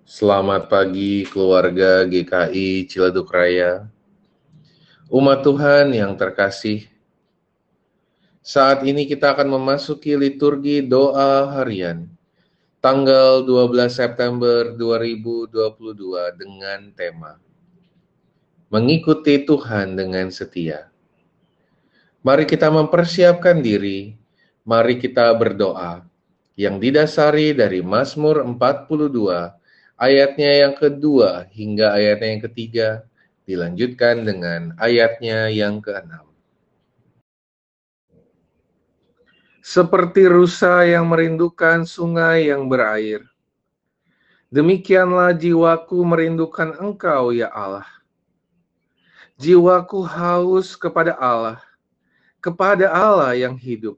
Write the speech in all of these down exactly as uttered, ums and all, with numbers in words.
Selamat pagi keluarga G K I Ciledug Raya. Umat Tuhan yang terkasih, saat ini kita akan memasuki liturgi doa harian tanggal dua belas September dua ribu dua puluh dua dengan tema Mengikuti Tuhan dengan Setia. Mari kita mempersiapkan diri, mari kita berdoa yang didasari dari Mazmur empat puluh dua ayatnya yang kedua hingga ayatnya yang ketiga, dilanjutkan dengan ayatnya yang keenam. Seperti rusa yang merindukan sungai yang berair, demikianlah jiwaku merindukan Engkau, ya Allah. Jiwaku haus kepada Allah, kepada Allah yang hidup.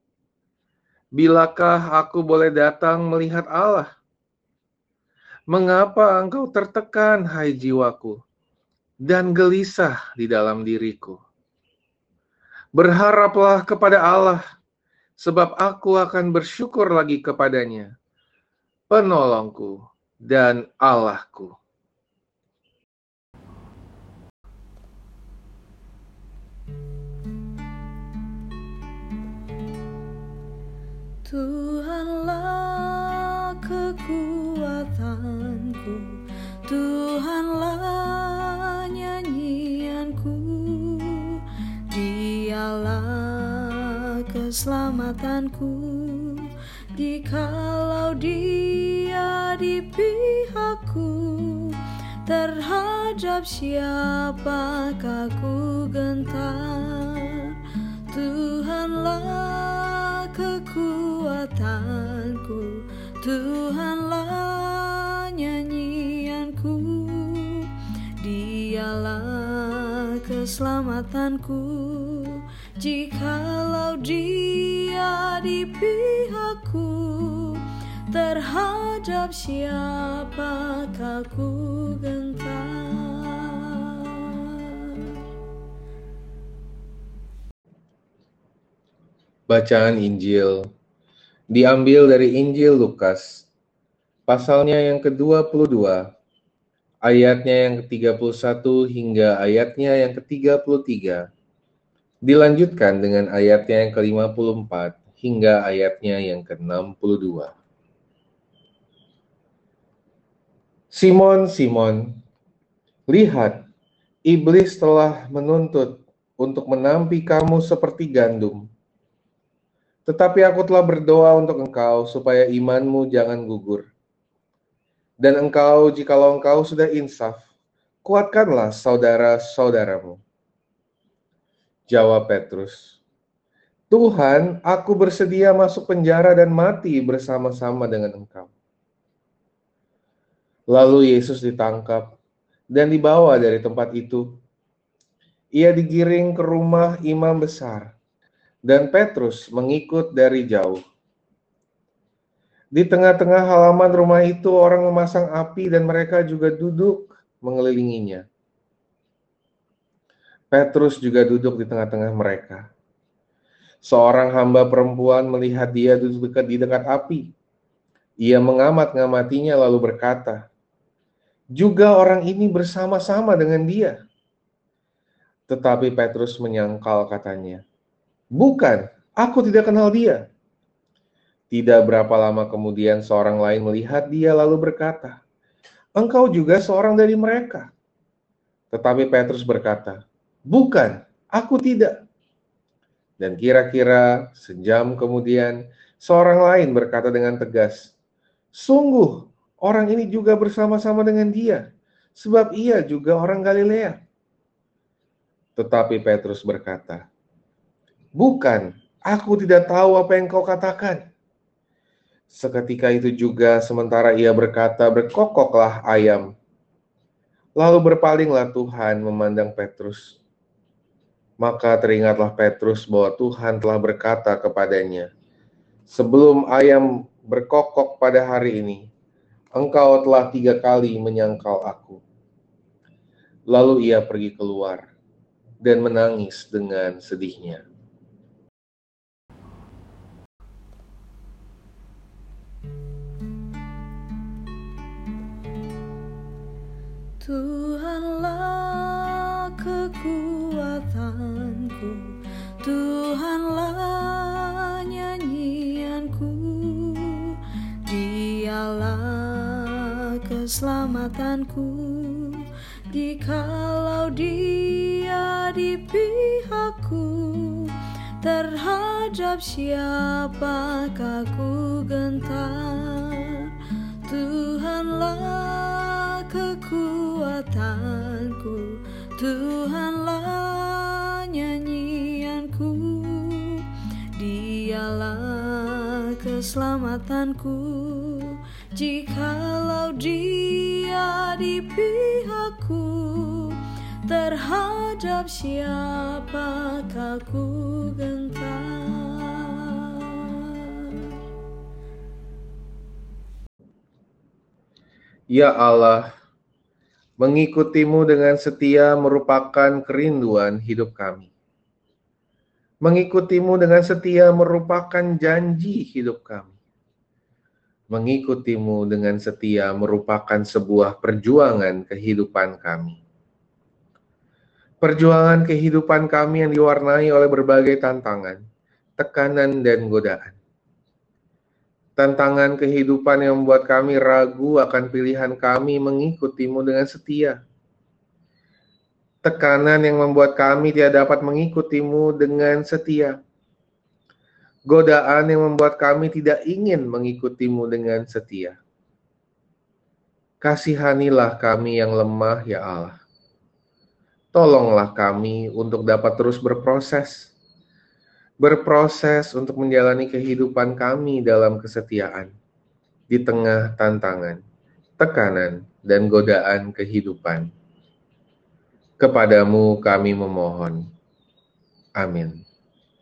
Bilakah aku boleh datang melihat Allah? Mengapa engkau tertekan, hai jiwaku, dan gelisah di dalam diriku? Berharaplah kepada Allah, sebab aku akan bersyukur lagi kepadanya, penolongku dan Allahku. Tuhanlah kekuatanku, Tuhanlah nyanyianku, Dialah keselamatanku, jikalau Dia di pihakku, terhadap siapakah ku gentar. Tuhanlah kekuatanku, Tuhanlah nyanyianku, Dialah keselamatanku, jikalau Dia di pihakku, terhadap siapakah ku gentar. Bacaan Injil diambil dari Injil Lukas, pasalnya yang kedua puluh dua, ayatnya yang ketiga puluh satu hingga ayatnya yang ketiga puluh tiga, dilanjutkan dengan ayatnya yang ke lima puluh empat hingga ayatnya yang ke enam puluh dua. Simon, Simon, lihat, iblis telah menuntut untuk menampi kamu seperti gandum. Tetapi aku telah berdoa untuk engkau supaya imanmu jangan gugur. Dan engkau, jikalau engkau sudah insaf, kuatkanlah saudara-saudaramu. Jawab Petrus, Tuhan, aku bersedia masuk penjara dan mati bersama-sama dengan engkau. Lalu Yesus ditangkap dan dibawa dari tempat itu. Ia digiring ke rumah imam besar, dan Petrus mengikut dari jauh. Di tengah-tengah halaman rumah itu orang memasang api dan mereka juga duduk mengelilinginya. Petrus juga duduk di tengah-tengah mereka. Seorang hamba perempuan melihat dia duduk dekat di dekat api. Ia mengamat-ngamatinya lalu berkata, juga orang ini bersama-sama dengan dia. Tetapi Petrus menyangkal katanya, bukan, aku tidak kenal dia. Tidak berapa lama kemudian seorang lain melihat dia lalu berkata, engkau juga seorang dari mereka. Tetapi Petrus berkata, bukan, aku tidak. Dan kira-kira sejam kemudian seorang lain berkata dengan tegas, sungguh orang ini juga bersama-sama dengan dia, sebab ia juga orang Galilea. Tetapi Petrus berkata, bukan, aku tidak tahu apa yang kau katakan. Seketika itu juga sementara ia berkata, berkokoklah ayam. Lalu berpalinglah Tuhan memandang Petrus. Maka teringatlah Petrus bahwa Tuhan telah berkata kepadanya, sebelum ayam berkokok pada hari ini, engkau telah tiga kali menyangkal aku. Lalu ia pergi keluar dan menangis dengan sedihnya. Tuhanlah kekuatanku, Tuhanlah nyanyianku, Dialah keselamatanku, jikalau Dia di pihakku, terhadap siapakah ku gentar. Tuhanlah kekuatanku, Tuhanlah nyanyianku, Dialah keselamatanku, jikalau Dia di pihakku, terhadap siapakah ku gentar. Ya Allah, mengikutimu dengan setia merupakan kerinduan hidup kami. Mengikutimu dengan setia merupakan janji hidup kami. Mengikutimu dengan setia merupakan sebuah perjuangan kehidupan kami. Perjuangan kehidupan kami yang diwarnai oleh berbagai tantangan, tekanan, dan godaan. Tantangan kehidupan yang membuat kami ragu akan pilihan kami mengikutimu dengan setia. Tekanan yang membuat kami tidak dapat mengikutimu dengan setia. Godaan yang membuat kami tidak ingin mengikutimu dengan setia. Kasihanilah kami yang lemah, ya Allah. Tolonglah kami untuk dapat terus berproses. Berproses untuk menjalani kehidupan kami dalam kesetiaan. Di tengah tantangan, tekanan, dan godaan kehidupan. Kepadamu kami memohon. Amin.